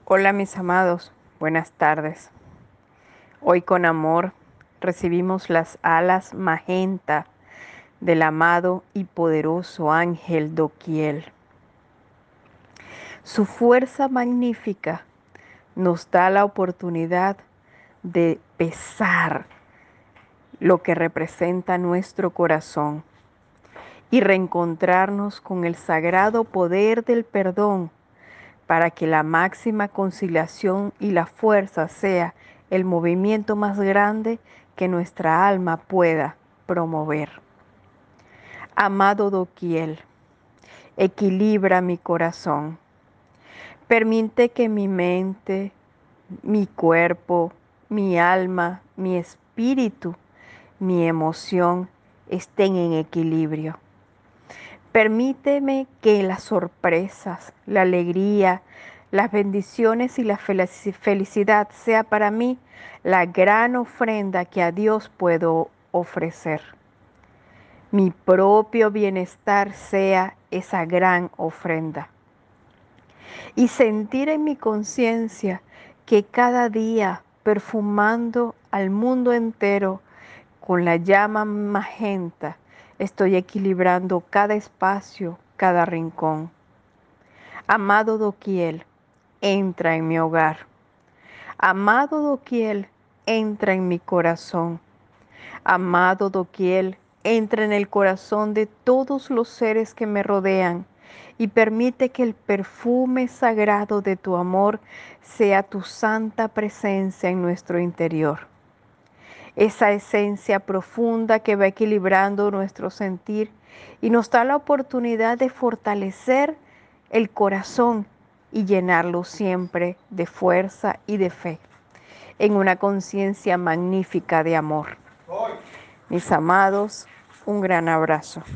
Hola mis amados, buenas tardes. Hoy con amor recibimos las alas magenta del amado y poderoso ángel Doquiel. Su fuerza magnífica nos da la oportunidad de pesar lo que representa nuestro corazón y reencontrarnos con el sagrado poder del perdón para que la máxima conciliación y la fuerza sea el movimiento más grande que nuestra alma pueda promover. Amado Doquiel, equilibra mi corazón. Permite que mi mente, mi cuerpo, mi alma, mi espíritu, mi emoción estén en equilibrio. Permíteme que las sorpresas, la alegría, las bendiciones y la felicidad sea para mí la gran ofrenda que a Dios puedo ofrecer. Mi propio bienestar sea esa gran ofrenda. Y sentir en mi conciencia que cada día, perfumando al mundo entero con la llama magenta, estoy equilibrando cada espacio, cada rincón. Amado Doquiel, entra en mi hogar. Amado Doquiel, entra en mi corazón. Amado Doquiel, entra en el corazón de todos los seres que me rodean y permite que el perfume sagrado de tu amor sea tu santa presencia en nuestro interior. Esa esencia profunda que va equilibrando nuestro sentir y nos da la oportunidad de fortalecer el corazón y llenarlo siempre de fuerza y de fe, en una conciencia magnífica de amor. Mis amados, un gran abrazo.